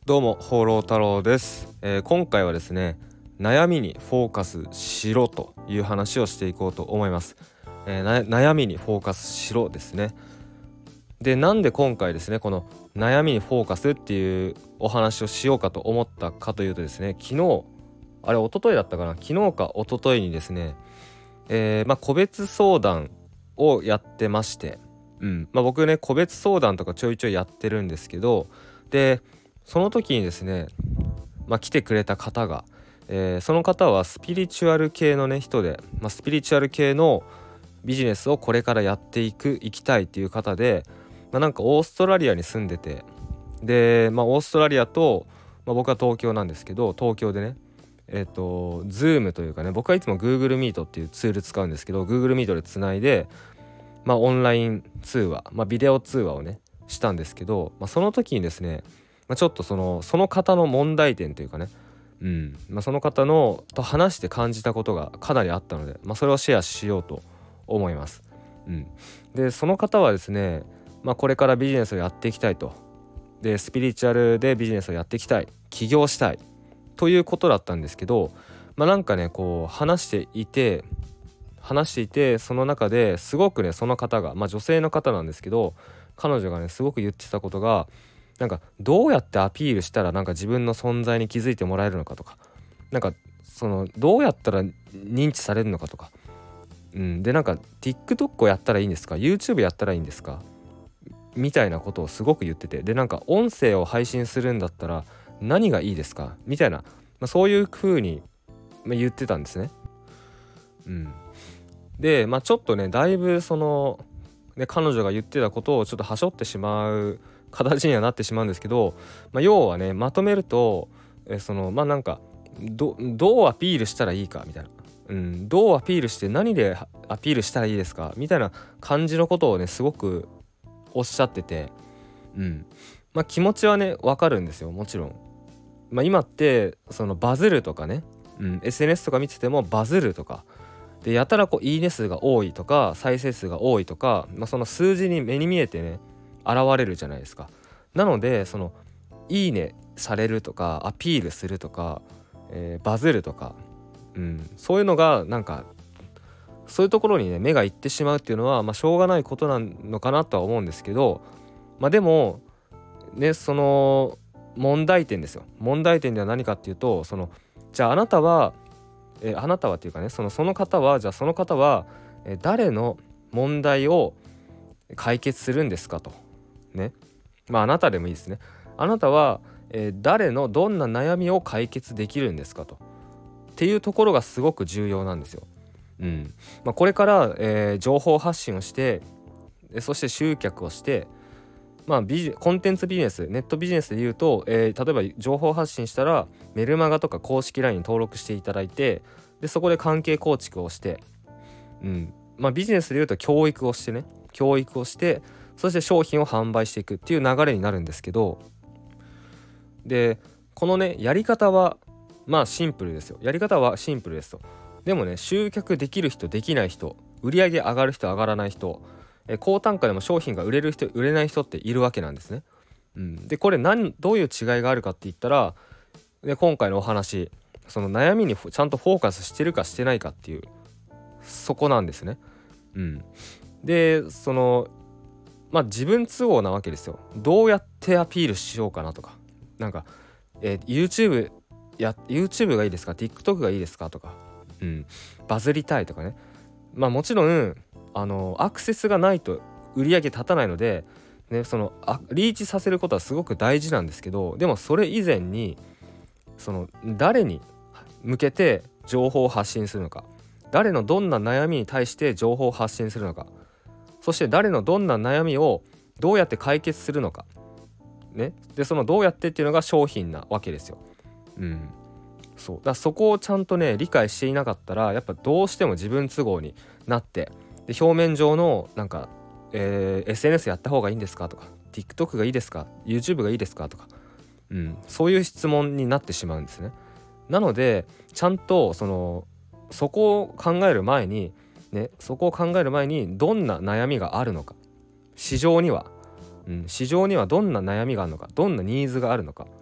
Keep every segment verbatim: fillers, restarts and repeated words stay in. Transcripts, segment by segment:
どうも放浪太郎です、えー、今回はですね悩みにフォーカスしろという話をしていこうと思います、えー、な悩みにフォーカスしろですね。でなんで今回ですねこの悩みにフォーカスっていうお話をしようかと思ったかというとですね、昨日あれ一昨日だったかな昨日か一昨日にですね、えーまあ、個別相談をやってまして、うんまあ、僕ね個別相談とかちょいちょいやってるんですけど、でその時にですね、まあ、来てくれた方が、えー、その方はスピリチュアル系のね人で、まあ、スピリチュアル系のビジネスをこれからやっていく行きたいっていう方で、まあ、なんかオーストラリアに住んでて、で、まあ、オーストラリアと、まあ、僕は東京なんですけど、東京でねえっと Zoom というかね、僕はいつも Google Meet っていうツール使うんですけど、 Google Meet でつないで、まあ、オンライン通話、まあ、ビデオ通話をねしたんですけど、まあ、その時にですね、まあ、ちょっとそのその方の問題点というかね、うんまあ、その方のと話して感じたことがかなりあったので、まあ、それをシェアしようと思います。うん、でその方はですね、まあ、これからビジネスをやっていきたいと、でスピリチュアルでビジネスをやっていきたい、起業したいということだったんですけど、まあ、なんかねこう話していて話していてその中ですごくねその方が、まあ、女性の方なんですけど、彼女がねすごく言ってたことが、なんかどうやってアピールしたらなんか自分の存在に気づいてもらえるのかとか、なんかそのどうやったら認知されるのかとか、うん、でなんか TikTok をやったらいいんですか YouTube やったらいいんですかみたいなことをすごく言ってて、でなんか音声を配信するんだったら何がいいですかみたいな、まあ、そういう風に言ってたんですね。うん、でまあちょっとねだいぶそので彼女が言ってたことをちょっとはしょってしまう形にはなってしまうんですけど、まあ、要はねまとめるとえそのまあなんか ど, どうアピールしたらいいかみたいな、うん、どうアピールして何でアピールしたらいいですかみたいな感じのことをねすごくおっしゃってて、うんまあ、気持ちはねわかるんですよ、もちろん。まあ、今ってそのバズるとかね、うん、エスエヌエス とか見ててもバズるとかでやたらこういいね数が多いとか再生数が多いとか、まあ、その数字に目に見えてね現れるじゃないですか。なのでそのいいねされるとかアピールするとか、えー、バズるとか、うん、そういうのがなんかそういうところにね目がいってしまうっていうのは、まあ、しょうがないことなのかなとは思うんですけど、まあ、でもねその問題点ですよ。問題点では何かっていうと、そのじゃああなたはえー、あなたはっていうかねそのその方はじゃあその方は、えー、誰の問題を解決するんですかとね。まああなたでもいいですね。あなたは、えー、誰のどんな悩みを解決できるんですかとっていうところがすごく重要なんですよ。うんまあ、これから、えー、情報発信をしてそして集客をして、まあ、ビジコンテンツビジネスネットビジネスで言うと、えー、例えば情報発信したらメルマガとか公式 ライン に登録していただいて、でそこで関係構築をして、うんまあ、ビジネスで言うと教育をしてね教育をしてそして商品を販売していくっていう流れになるんですけど、でこのねやり方はまあシンプルですよ。やり方はシンプルですと。でもね集客できる人できない人、売り上げ上がる人上がらない人、え高単価でも商品が売れる人売れない人っているわけなんですね。うん、でこれ何どういう違いがあるかって言ったら、で今回のお話その悩みにちゃんとフォーカスしてるかしてないかっていうそこなんですね。うん、でそのまあ自分都合なわけですよ。どうやってアピールしようかなとか、なんか、えー、YouTube や YouTube がいいですか TikTok がいいですかとか、うん、バズりたいとかね。まあもちろんあのアクセスがないと売り上げ立たないので、ね、そのあリーチさせることはすごく大事なんですけど、でもそれ以前にその誰に向けて情報を発信するのか、誰のどんな悩みに対して情報を発信するのか、そして誰のどんな悩みをどうやって解決するのか、ね、でそのどうやってっていうのが商品なわけですよ。うん、そうだからそこをちゃんとね理解していなかったらやっぱどうしても自分都合になって、で表面上のなんか、えー、エスエヌエス やった方がいいんですかとか TikTok がいいですか YouTube がいいですかとか、うん、そういう質問になってしまうんですね。なのでちゃんとそのそこを考える前にねそこを考える前にどんな悩みがあるのか、市場には、うん、市場にはどんな悩みがあるのか、どんなニーズがあるのか、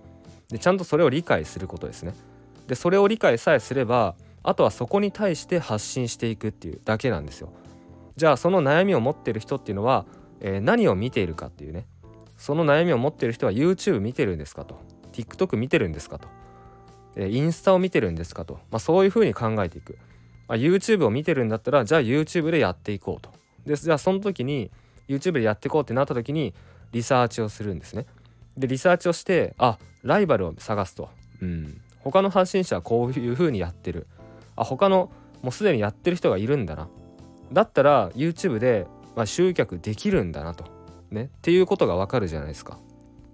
でちゃんとそれを理解することですね。でそれを理解さえすれば、あとはそこに対して発信していくっていうだけなんですよ。じゃあその悩みを持っている人っていうのは、えー何を見ているかっていうね、その悩みを持っている人は YouTube 見てるんですかと、 TikTok 見てるんですかと、えーインスタを見てるんですかと、まあ、そういうふうに考えていく。あ YouTube を見てるんだったら、じゃあ YouTube でやっていこうと。でじゃあその時に YouTube でやっていこうってなった時にリサーチをするんですね。でリサーチをして、あライバルを探すと、うん、他の発信者はこういう風にやってる、あ他のもうすでにやってる人がいるんだな、だったら YouTube で、まあ、集客できるんだなとねっていうことがわかるじゃないですか。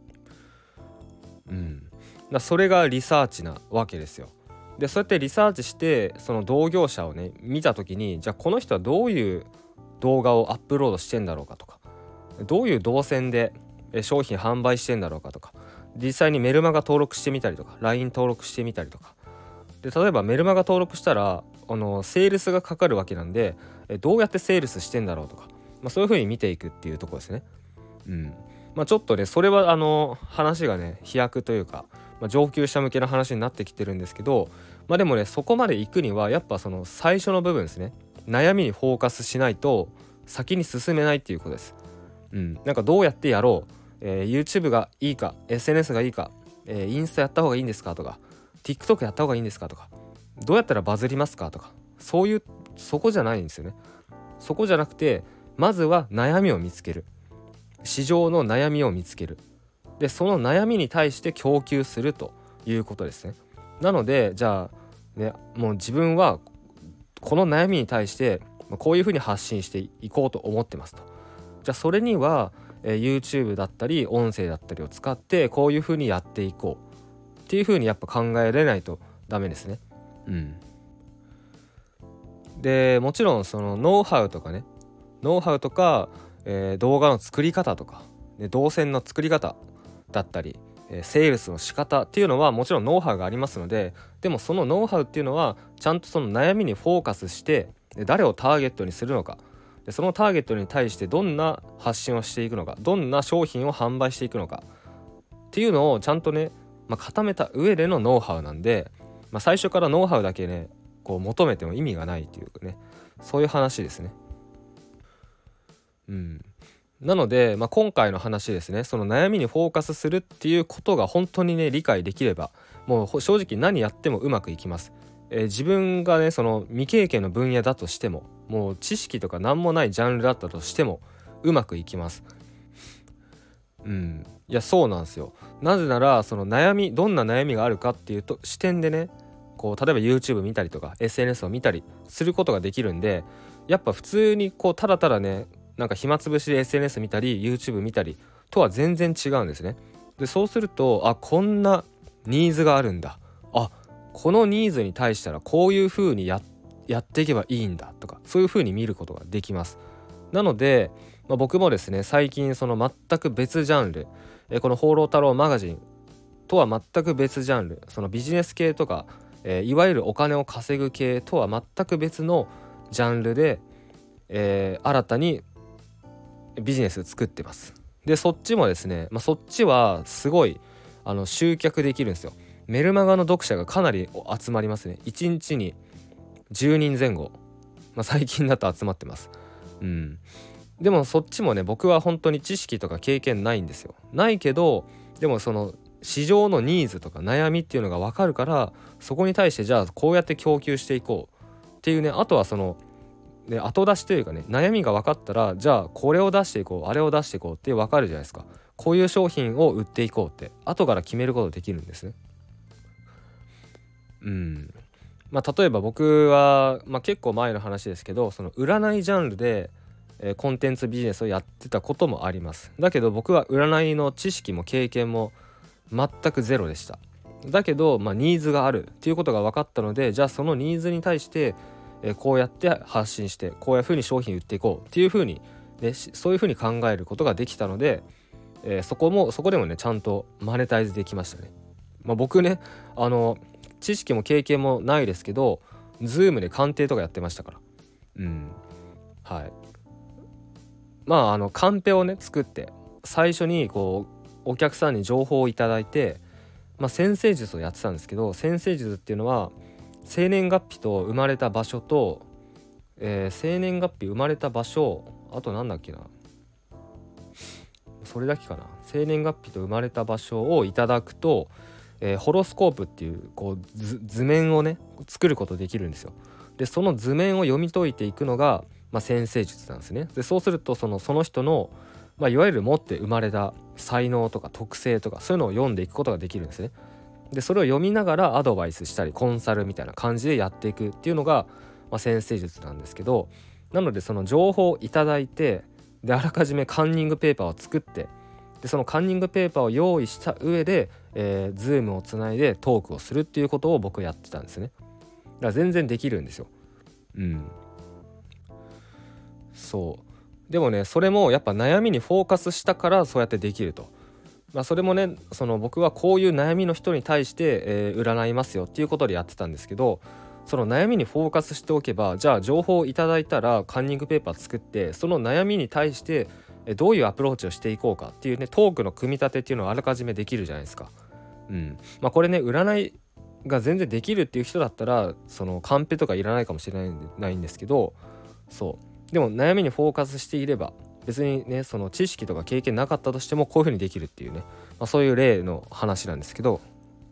うんだそれがリサーチなわけですよ。でそうやってリサーチしてその同業者をね見た時に、じゃあこの人はどういう動画をアップロードしてんだろうかとか、どういう動線でえ商品販売してんだろうかとか、実際にメルマガ登録してみたりとか ライン 登録してみたりとかで、例えばメルマガ登録したらあのセールスがかかるわけなんで、えどうやってセールスしてんだろうとか、まあ、そういう風に見ていくっていうところですね。うんまあ、ちょっとねそれはあの話がね飛躍というか、まあ、上級者向けの話になってきてるんですけど、まあでもねそこまで行くにはやっぱその最初の部分ですね、悩みにフォーカスしないと先に進めないっていうことです。うん、なんかどうやってやろう、えー YouTube がいいか エスエヌエス がいいか、えーインスタやった方がいいんですかとか TikTok やった方がいいんですかとか、どうやったらバズりますかとか、そういうそこじゃないんですよね。そこじゃなくて、まずは悩みを見つける、市場の悩みを見つける、でその悩みに対して供給するということですね。なのでじゃあね、もう自分はこの悩みに対してこういうふうに発信していこうと思ってますと。じゃあそれには、えー YouTube だったり音声だったりを使ってこういうふうにやっていこうっていうふうにやっぱ考えれないとダメですね。うんでもちろんそのノウハウとかね、ノウハウとか、えー動画の作り方とか、ね、動線の作り方だったり、えーセールスの仕方っていうのはもちろんノウハウがありますので、でもそのノウハウっていうのはちゃんとその悩みにフォーカスして、で誰をターゲットにするのか、でそのターゲットに対してどんな発信をしていくのか、どんな商品を販売していくのかっていうのをちゃんとね、まあ、固めた上でのノウハウなんで、まあ、最初からノウハウだけねこう求めても意味がないっていうね、そういう話ですね。うんなので、まあ、今回の話ですね、その悩みにフォーカスするっていうことが本当にね理解できれば、もう正直何やってもうまくいきます。えー自分がねその未経験の分野だとしても、もう知識とか何もないジャンルだったとしてもうまくいきます。うんいやそうなんですよ。なぜならその悩み、どんな悩みがあるかっていうと視点でね、こう例えば YouTube 見たりとか エスエヌエス を見たりすることができるんで、やっぱ普通にこうただただねなんか暇つぶしで エスエヌエス 見たり YouTube 見たりとは全然違うんですね。でそうすると、あこんなニーズがあるんだ、あこのニーズに対したらこういう風にややっていけばいいんだとか、そういう風に見ることができます。なので、まあ、僕もですね最近その全く別ジャンル、えーこの放浪太郎マガジンとは全く別ジャンル、そのビジネス系とか、えーいわゆるお金を稼ぐ系とは全く別のジャンルで、えー新たにビジネス作ってます。でそっちもですね、まあ、そっちはすごいあの集客できるんですよ。メルマガの読者がかなり集まりますね。いちにちにじゅうにんぜん後、まあ、最近だと集まってます。うんでもそっちもね僕は本当に知識とか経験ないんですよ。ないけどでもその市場のニーズとか悩みっていうのが分かるから、そこに対してじゃあこうやって供給していこうっていうね、あとはそので後出しというかね、悩みが分かったらじゃあこれを出していこうあれを出していこうって分かるじゃないですか。こういう商品を売っていこうって後から決めることできるんですね。うんまあ例えば僕は、まあ、結構前の話ですけど、その占いジャンルで、えーコンテンツビジネスをやってたこともあります。だけど僕は占いの知識も経験も全くゼロでした。だけど、まあ、ニーズがあるっていうことが分かったので、じゃあそのニーズに対してえーこうやって発信してこういうふうに商品売っていこうっていうふうに、ね、しそういうふうに考えることができたので、えーそこもそこでもねちゃんとマネタイズできましたね。まあ、僕ねあの知識も経験もないですけど Zoom で鑑定とかやってましたから。うんはいまああのカンペをね作って最初にこうお客さんに情報をいただいて、 まあ、占星術をやってたんですけど、占星術っていうのは生年月日と生まれた場所と、えー、生年月日生まれた場所、あとなんだっけな、それだけかな。生年月日と生まれた場所をいただくと、えー、ホロスコープっていうこう図、図面をね作ることできるんですよ。でその図面を読み解いていくのが、まあ、占星術なんですね。でそうするとそのその人の、まあ、いわゆる持って生まれた才能とか特性とかそういうのを読んでいくことができるんですね。でそれを読みながらアドバイスしたりコンサルみたいな感じでやっていくっていうのが、まあ、占星術なんですけど、なのでその情報をいただいて、であらかじめカンニングペーパーを作って、でそのカンニングペーパーを用意した上で、えー、ズームをつないでトークをするっていうことを僕はやってたんですね。だから全然できるんですよ。うんそうでもね、それもやっぱ悩みにフォーカスしたからそうやってできると。まあ、それもね、その僕はこういう悩みの人に対して、えー、占いますよっていうことでやってたんですけど、その悩みにフォーカスしておけば、じゃあ情報をいただいたらカンニングペーパー作って、その悩みに対してどういうアプローチをしていこうかっていうね、トークの組み立てっていうのをあらかじめできるじゃないですか。うんまあ、これね、占いが全然できるっていう人だったらそのカンペとかいらないかもしれないないんですけど、そうでも悩みにフォーカスしていれば、別にねその知識とか経験なかったとしてもこういう風にできるっていうね、まあ、そういう例の話なんですけど、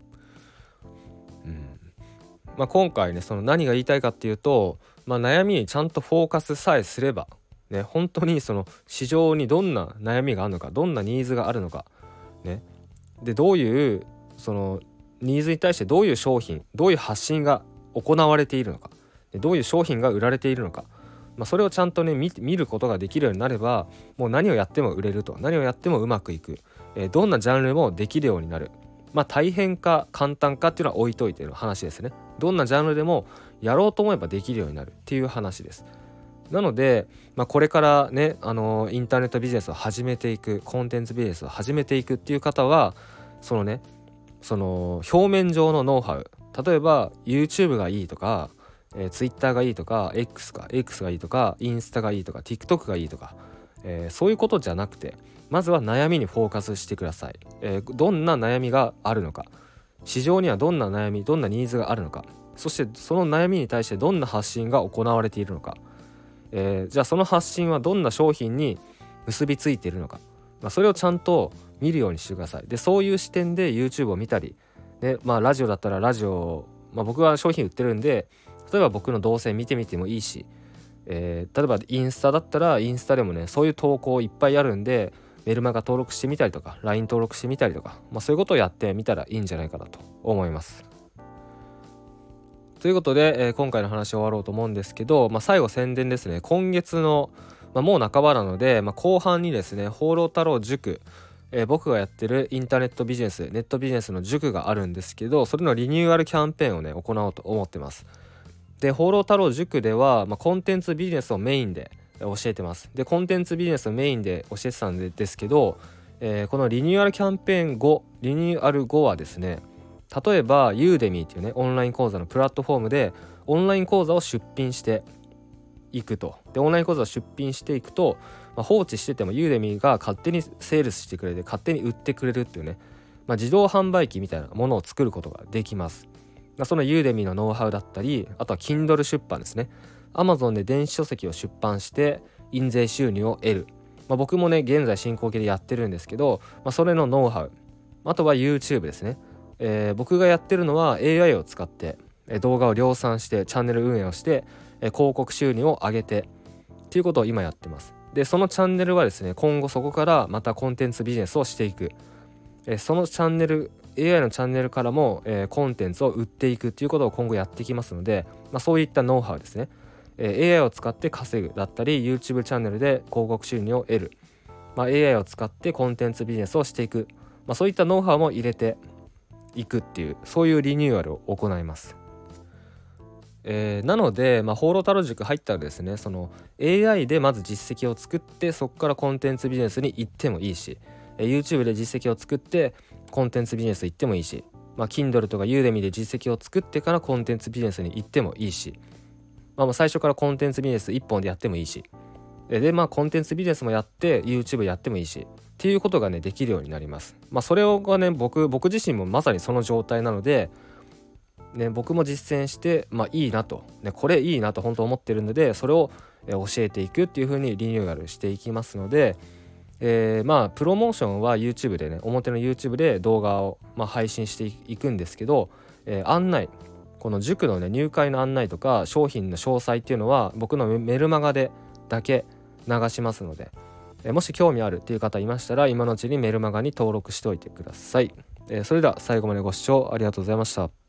うんまあ、今回ねその何が言いたいかっていうと、まあ、悩みにちゃんとフォーカスさえすればね、本当にその市場にどんな悩みがあるのか、どんなニーズがあるのかね、でどういうそのニーズに対してどういう商品、どういう発信が行われているのか、でどういう商品が売られているのか、まあ、それをちゃんとね 見, 見ることができるようになれば、もう何をやっても売れると、何をやってもうまくいく、えー、どんなジャンルもできるようになる。まあ大変か簡単かっていうのは置いといての話ですね。どんなジャンルでもやろうと思えばできるようになるっていう話です。なので、まあ、これからね、あのインターネットビジネスを始めていく、コンテンツビジネスを始めていくっていう方は、そのねその表面上のノウハウ、例えば YouTube がいいとか、えー、Twitter がいいとか X か X がいいとかインスタがいいとか TikTok がいいとか、えー、そういうことじゃなくて、まずは悩みにフォーカスしてください。えー、どんな悩みがあるのか、市場にはどんな悩み、どんなニーズがあるのか、そしてその悩みに対してどんな発信が行われているのか、えー、じゃあその発信はどんな商品に結びついているのか、まあ、それをちゃんと見るようにしてください。でそういう視点で YouTube を見たり、ねまあ、ラジオだったらラジオ、まあ、僕は商品売ってるんで、例えば僕の動線見てみてもいいし、えー、例えばインスタだったらインスタでもねそういう投稿いっぱいあるんで、メルマガ登録してみたりとか ライン 登録してみたりとか、まあ、そういうことをやってみたらいいんじゃないかなと思います。ということで、えー、今回の話終わろうと思うんですけど、まあ、最後宣伝ですね。今月の、まあ、もう半ばなので、まあ、後半にですね放浪太郎塾、えー、僕がやってるインターネットビジネスネットビジネスの塾があるんですけど、それのリニューアルキャンペーンをね行おうと思ってます。で放浪太郎塾では、まあ、コンテンツビジネスをメインで教えてます。でコンテンツビジネスをメインで教えてたんでですけど、えー、このリニューアルキャンペーン後リニューアル後はですね、例えば Udemy っていうねオンライン講座のプラットフォームでオンライン講座を出品していくと。でオンライン講座を出品していくと、まあ、放置してても Udemy が勝手にセールスしてくれて勝手に売ってくれるっていうね、まあ、自動販売機みたいなものを作ることができます。その Udemy のノウハウだったり、あとは Kindle 出版ですね。 Amazon で電子書籍を出版して印税収入を得る、まあ、僕もね現在進行形でやってるんですけど、まあ、それのノウハウ、あとは YouTube ですね。えー、僕がやってるのは エーアイ を使って動画を量産してチャンネル運営をして広告収入を上げてっていうことを今やってます。でそのチャンネルはですね、今後そこからまたコンテンツビジネスをしていく、えそのチャンネル エーアイ のチャンネルからも、えー、コンテンツを売っていくっていうことを今後やっていきますので、まあ、そういったノウハウですね、えー、エーアイ を使って稼ぐだったり YouTube チャンネルで広告収入を得る、まあ、エーアイ を使ってコンテンツビジネスをしていく、まあ、そういったノウハウも入れていくっていう、そういうリニューアルを行います。えー、なので、まあ、放浪太郎塾入ったらですね、その エーアイ でまず実績を作ってそこからコンテンツビジネスに行ってもいいし、えー、YouTube で実績を作ってコンテンツビジネス行ってもいいし、まあ、Kindle とか Udemy で実績を作ってからコンテンツビジネスに行ってもいいし、まあ、もう最初からコンテンツビジネスいっぽんでやってもいいし、 でまあコンテンツビジネスもやって YouTube やってもいいしっていうことがねできるようになります。まあそれがね僕僕自身もまさにその状態なので、ね、僕も実践してまあいいなと、ね、これいいなと本当思ってるので、それを教えていくっていう風にリニューアルしていきますので、えー、まあプロモーションは YouTube でね、表の YouTube で動画をまあ配信していくんですけど、えー、案内、この塾のね入会の案内とか商品の詳細っていうのは僕のメルマガでだけ流しますので、えー、もし興味あるっていう方いましたら今のうちにメルマガに登録しておいてください。えー、それでは最後までご視聴ありがとうございました。